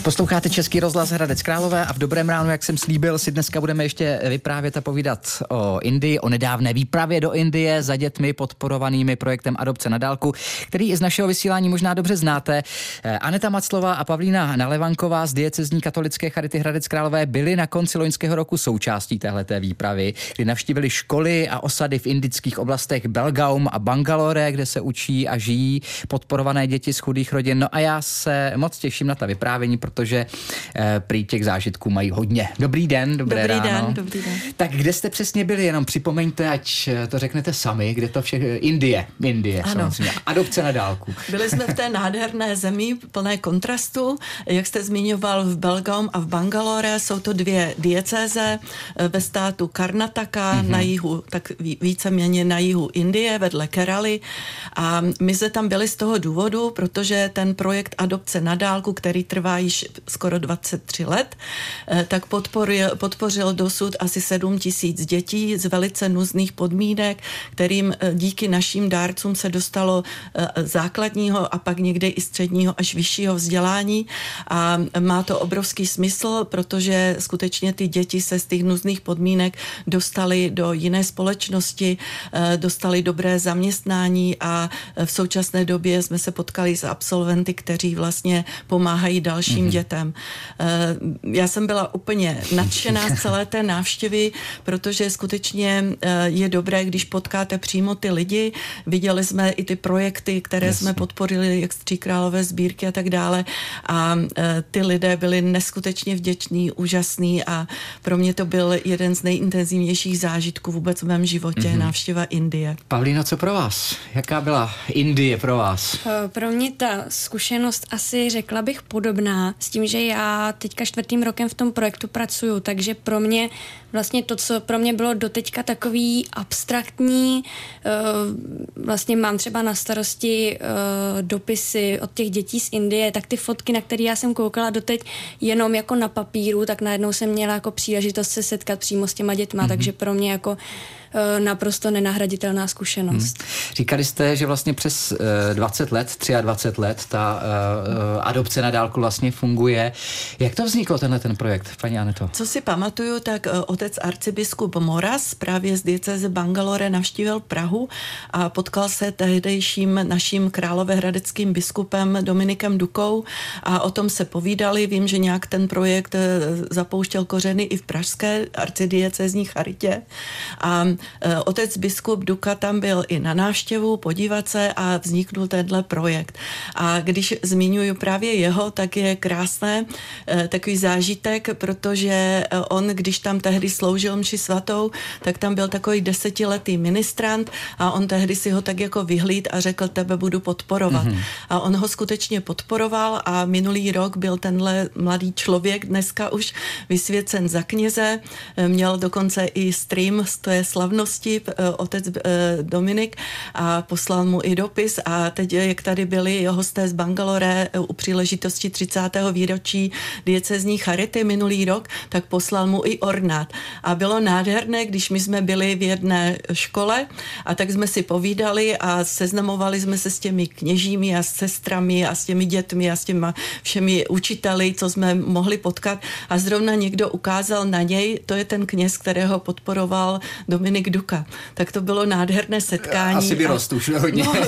Posloucháte Český rozhlas Hradec Králové a v dobrém ránu, jak jsem slíbil, si dneska budeme ještě vyprávět a povídat o Indii, o nedávné výpravě do Indie za dětmi podporovanými projektem Adopce na dálku, který i z našeho vysílání možná dobře znáte. Aneta Maclová a Pavlína Nalevanková z diecezní katolické charity Hradec Králové byly na konci loňského roku součástí téhleté výpravy, kdy navštívili školy a osady v indických oblastech Belgaum a Bangalore, kde se učí a žijí podporované děti z chudých rodin. No a já se moc těším na ta vyprávění, protože prý těch zážitků mají hodně. Dobrý den, dobré ráno. Dobrý den. Tak kde jste přesně byli? Jenom připomeňte, ať to řeknete sami, kde to všechno... Indie, samozřejmě. Adopce na dálku. Byli jsme v té nádherné zemi, plné kontrastu. Jak jste zmiňoval, v Belgaum a v Bangalore jsou to dvě diecéze ve státu Karnataka na jihu, tak víceméně na jihu Indie, vedle Keraly. A my jsme tam byli z toho důvodu, protože ten projekt Adopce na dálku, který trvá již skoro 23 let, tak podpořil dosud asi 7 000 dětí z velice nuzných podmínek, kterým díky našim dárcům se dostalo základního a pak někde i středního až vyššího vzdělání a má to obrovský smysl, protože skutečně ty děti se z těch nuzných podmínek dostaly do jiné společnosti, dostaly dobré zaměstnání a v současné době jsme se potkali s absolventy, kteří vlastně pomáhají dalším dětem. Já jsem byla úplně nadšená z celé té návštěvy, protože skutečně je dobré, když potkáte přímo ty lidi. Viděli jsme i ty projekty, které jsme podporili, jak Tříkrálové sbírky a tak dále. A ty lidé byli neskutečně vděční, úžasný a pro mě to byl jeden z nejintenzivnějších zážitků vůbec v mém životě, návštěva Indie. Pavlíno, co pro vás? Jaká byla Indie pro vás? Pro mě ta zkušenost asi řekla bych podobná, s tím, že já teďka 4. rokem v tom projektu pracuju, takže pro mě vlastně to, co pro mě bylo doteďka takový abstraktní, vlastně mám třeba na starosti dopisy od těch dětí z Indie, tak ty fotky, na které já jsem koukala doteď jenom jako na papíru, tak najednou jsem měla jako příležitost se setkat přímo s těma dětma, takže pro mě jako naprosto nenahraditelná zkušenost. Říkali jste, že vlastně přes 20 let, 23 let ta adopce na dálku vlastně funguje. Jak to vzniklo, ten projekt, paní Aneto? Co si pamatuju, tak otec arcibiskup Moraz právě z diecéze Bangalore navštívil Prahu a potkal se tehdejším naším královéhradeckým biskupem Dominikem Dukou a o tom se povídali. Vím, že nějak ten projekt zapouštěl kořeny i v pražské arcidiecézní charitě a otec biskup Duka tam byl i na návštěvu podívat se a vzniknul tenhle projekt. A když zmiňuji právě jeho, tak je krásné takový zážitek, protože on, když tam tehdy sloužil mši svatou, tak tam byl takový 10letý ministrant a on tehdy si ho tak jako vyhlíd a řekl, tebe budu podporovat. A on ho skutečně podporoval a minulý rok byl tenhle mladý člověk dneska už vysvěcen za kněze, měl dokonce i stream z té slavnosti otec Dominik a poslal mu i dopis a teď, jak tady byli hosté z Bangalore u příležitosti 30. výročí diecézní charity minulý rok, tak poslal mu i ornát. A bylo nádherné, když my jsme byli v jedné škole a tak jsme si povídali a seznamovali jsme se s těmi kněžími a s sestrami a s těmi dětmi a s těmi všemi učiteli, co jsme mohli potkat a zrovna někdo ukázal na něj, to je ten kněz, kterého podporoval Dominik Duka. Tak to bylo nádherné setkání. Asi vyrost už hodně. No,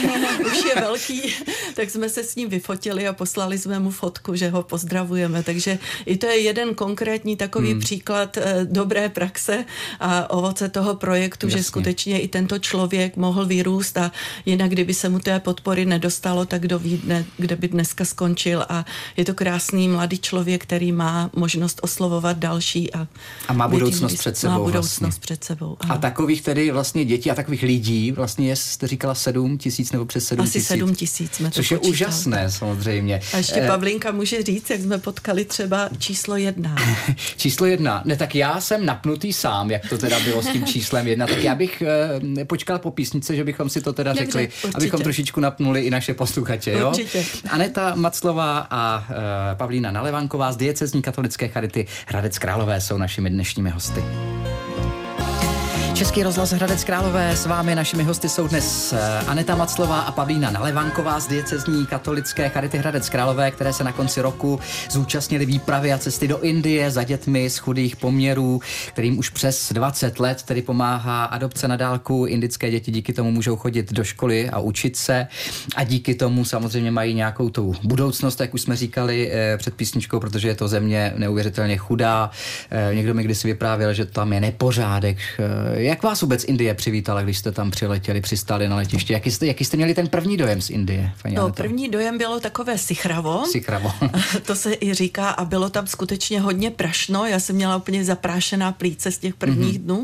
už je velký, tak jsme se s ním vyfotili a poslali jsme mu fotku, že ho pozdravujeme. Takže i to je jeden konkrétní takový příklad dobré praxe a ovoce toho projektu, že skutečně i tento člověk mohl vyrůst a jinak, kdyby se mu té podpory nedostalo, tak kdo ví, kde by dneska skončil a je to krásný mladý člověk, který má možnost oslovovat další a má budoucnost před sebou. Má budoucnost před sebou. A takových tedy vlastně dětí a takových lidí vlastně jste říkala 7 000 nebo přes 7 000. Asi 7 000 jsme to což počítali. Je úžasné samozřejmě. A ještě Pavlinka může říct, jak jsme potkali třeba číslo 1. Číslo 1. Ne, tak já jsem napnutý sám, jak to teda bylo s tím číslem 1. Tak já bych počkal po písnice, že bychom si to teda řekli, určitě. Abychom trošičku napnuli i naše posluchače. Jo? Určitě. Aneta Maclová a Pavlína Nalevanková z diecézní katolické charity Hradec Králové jsou našimi dnešními hosty. Český rozhlas Hradec Králové, s vámi našimi hosty jsou dnes Aneta Maclová a Pavlína Nalevanková z diecezní katolické Charity Hradec Králové, které se na konci roku zúčastnili výpravy a cesty do Indie za dětmi z chudých poměrů, kterým už přes 20 let tedy pomáhá adopce na dálku. Indické děti díky tomu můžou chodit do školy a učit se a díky tomu samozřejmě mají nějakou tu budoucnost, jak už jsme říkali před písničkou, protože je to země neuvěřitelně chudá. Někdo mi kdysi vyprávěl, že tam je nepořádek. Jak vás vůbec Indie přivítala, když jste tam přiletěli, přistáli na letiště? Jaký jste měli ten první dojem z Indie? První dojem bylo takové sichravo. To se i říká a bylo tam skutečně hodně prašno. Já jsem měla úplně zaprášená plíce z těch prvních dnů.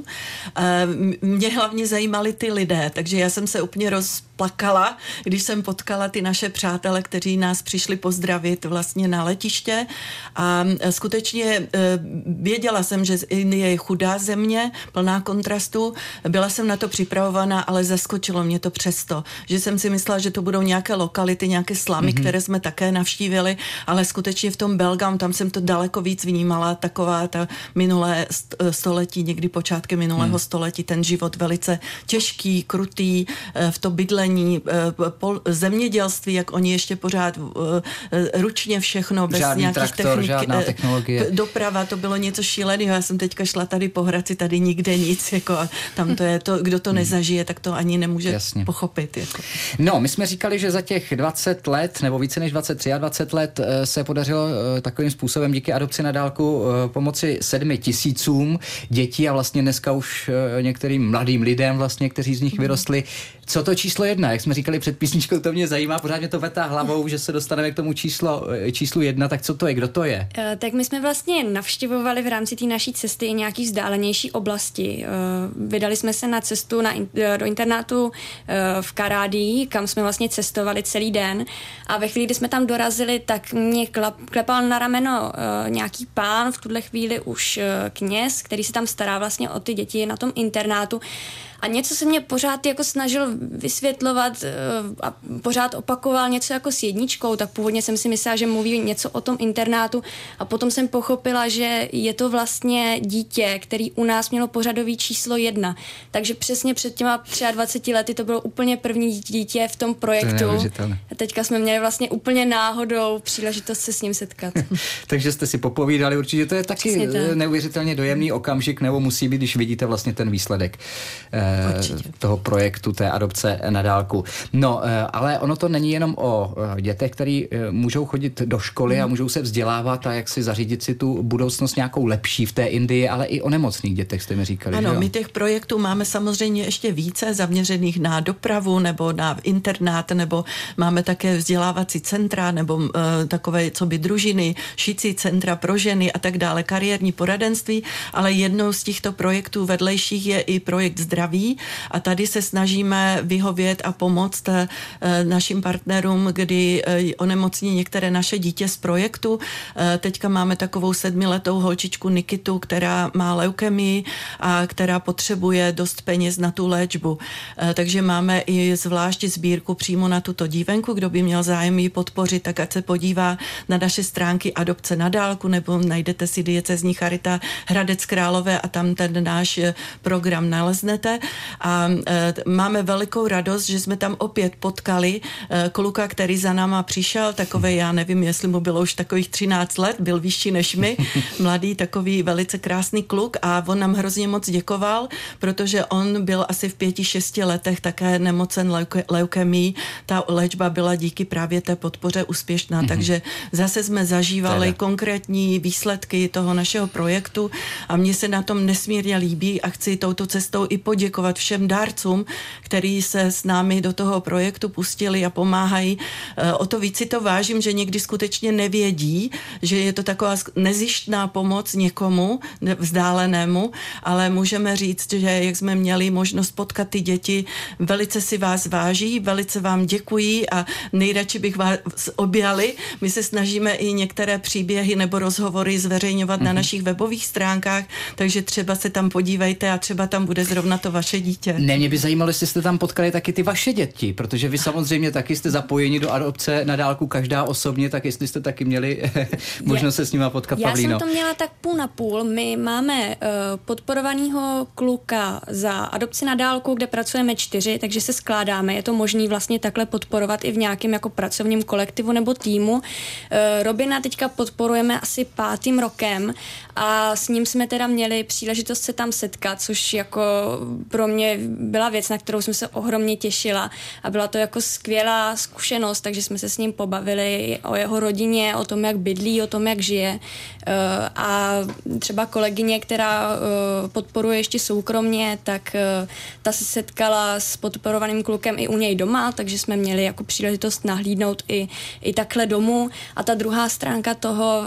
Mě hlavně zajímali ty lidé, takže já jsem se úplně rozplakala, když jsem potkala ty naše přátele, kteří nás přišli pozdravit vlastně na letiště a skutečně věděla jsem, že Indie je chudá země, plná kontrastu. Byla jsem na to připravovaná, ale zaskočilo mě to přesto, že jsem si myslela, že to budou nějaké lokality, nějaké slamy, které jsme také navštívili, ale skutečně v tom Belgaum, tam jsem to daleko víc vnímala, taková ta minulé století, někdy počátkem minulého století, ten život velice těžký, krutý, v to bydlení, zemědělství, jak oni ještě pořád ručně všechno, bez žádný nějakých traktor, žádná technologie. Doprava, to bylo něco šíleného. Já jsem teďka šla tady po Hradci, tady nikde nic, jako tam to je to, kdo to nezažije, tak to ani nemůže pochopit. Jako. No, my jsme říkali, že za těch 20 let, nebo více než 23 let se podařilo takovým způsobem díky adopci na dálku pomoci 7 000 dětí a vlastně dneska už některým mladým lidem vlastně, kteří z nich vyrostli. Co to číslo 1? Jak jsme říkali před písničkou, to mě zajímá, pořád mě to vetá hlavou, že se dostaneme k tomu číslu 1, tak co to je, kdo to je? Tak my jsme vlastně navštěvovali v rámci té naší cesty nějaký vzdálenější oblasti. Vydali jsme se na cestu do internátu v Karádii, kam jsme vlastně cestovali celý den a ve chvíli, kdy jsme tam dorazili, tak mě klepal na rameno nějaký pán, v tuhle chvíli už kněz, který se tam stará vlastně o ty děti na tom internátu. A něco se mě pořád jako snažil vysvětlovat a pořád opakoval něco jako s jedničkou, tak původně jsem si myslela, že mluví něco o tom internátu a potom jsem pochopila, že je to vlastně dítě, který u nás mělo pořadový číslo 1. Takže přesně před těma 23 lety to bylo úplně první dítě v tom projektu. A teďka jsme měli vlastně úplně náhodou příležitost se s ním setkat. Takže jste si popovídali, určitě to je taky neuvěřitelně dojemný okamžik, nebo musí být, když vidíte vlastně ten výsledek toho projektu, té adopce na dálku. No, ale ono to není jenom o dětech, který můžou chodit do školy a můžou se vzdělávat a jak si zařídit si tu budoucnost nějakou lepší v té Indii, ale i o nemocných dětech, jste mi říkali. Ano, my těch projektů máme samozřejmě ještě více zaměřených na dopravu nebo na internát, nebo máme také vzdělávací centra nebo takové, co by družiny, šicí centra pro ženy a tak dále, kariérní poradenství, ale jednou z těchto projektů vedlejších je i projekt zdraví a tady se snažíme vyhovět a pomoct našim partnerům, kdy onemocní některé naše dítě z projektu. Teďka máme takovou 7letou holčičku Nikitu, která má leukemii a která potřebuje dost peněz na tu léčbu. Takže máme i zvlášť sbírku přímo na tuto dívenku, kdo by měl zájem ji podpořit, tak ať se podívá na naše stránky Adopce na dálku, nebo najdete si diecezní Charita Hradec Králové a tam ten náš program naleznete. A máme velikou radost, že jsme tam opět potkali kluka, který za náma přišel, takovej, já nevím, jestli mu bylo už takových 13 let, byl vyšší než my, mladý, takový velice krásný kluk a on nám hrozně moc děkoval, protože on byl asi v 5-6 letech také nemocen leukemii. Ta léčba byla díky právě té podpoře úspěšná, takže zase jsme zažívali konkrétní výsledky toho našeho projektu a mně se na tom nesmírně líbí a chci touto cestou i poděkovat všem dárcům, kteří se s námi do toho projektu pustili a pomáhají. O to víc si to vážím, že někdy skutečně nevědí, že je to taková nezištná pomoc někomu vzdálenému, ale můžeme říct, že jak jsme měli možnost potkat ty děti, velice si vás váží, velice vám děkují a nejradši bych vás objali. My se snažíme i některé příběhy nebo rozhovory zveřejňovat na našich webových stránkách, takže třeba se tam podívejte a třeba tam bude zrovna to vaše dítě. Ne, mě by zajímalo, jestli jste tam tam potkali taky ty vaše děti, protože vy samozřejmě taky jste zapojeni do adopce na dálku, každá osobně, tak jestli jste taky měli možnost se s nima potkat, Pavlíno. Já jsem to měla tak půl na půl. My máme podporovanýho kluka za adopci na dálku, kde pracujeme 4, takže se skládáme. Je to možné vlastně takhle podporovat i v nějakém jako pracovním kolektivu nebo týmu. Robina teďka podporujeme asi 5. rokem a s ním jsme teda měli příležitost se tam setkat, což jako pro mě byla věc, na kterou jsem se ohromně těšila a byla to jako skvělá zkušenost, takže jsme se s ním pobavili o jeho rodině, o tom, jak bydlí, o tom, jak žije. A třeba kolegyně, která podporuje ještě soukromně, tak ta se setkala s podporovaným klukem i u něj doma, takže jsme měli jako příležitost nahlídnout i takhle domů. A ta druhá stránka toho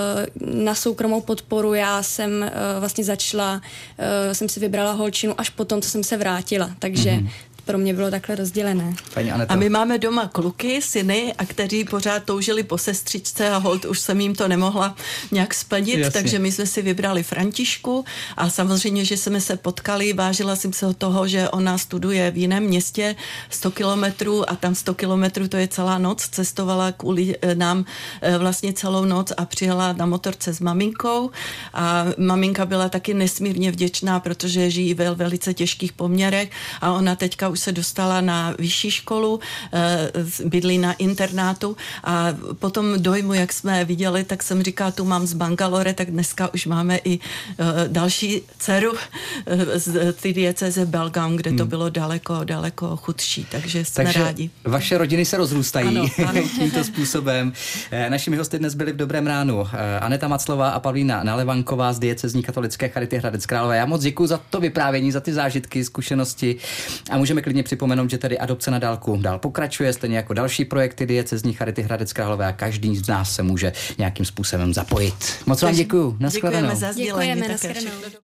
na soukromou podporu, já jsem vlastně začala, jsem si vybrala holčinu až potom, co jsem se vrátila, takže pro mě bylo takhle rozdělené. A my máme doma kluky, syny, a kteří pořád toužili po sestřičce a holt už jsem jim to nemohla nějak splnit, takže my jsme si vybrali Františku a samozřejmě, že jsme se potkali, vážila jsem se od toho, že ona studuje v jiném městě 100 kilometrů a tam 100 kilometrů to je celá noc, cestovala kvůli nám vlastně celou noc a přijela na motorce s maminkou a maminka byla taky nesmírně vděčná, protože žijí ve velice těžkých poměrech a ona teďka už se dostala na vyšší školu, bydlí na internátu a potom dojmu, jak jsme viděli, tak jsem říkala, tu mám z Bangalore, tak dneska už máme i další dceru z té diecéze Belgaum, kde to bylo daleko chudší, takže jsme rádi. Vaše rodiny se rozrůstají ano. tímto způsobem. Našimi hosty dnes byli v Dobrém ránu Aneta Maclová a Pavlína Nalevanková z diecézní katolické charity Hradec Králové. Já moc děkuju za to vyprávění, za ty zážitky, zkušenosti a můžeme klidně připomenout, že tedy adopce na dálku dál pokračuje, stejně jako další projekty diecézní charity Hradec Králové a každý z nás se může nějakým způsobem zapojit. Moc vám děkuju. Děkujeme za sdělení. Děkujeme,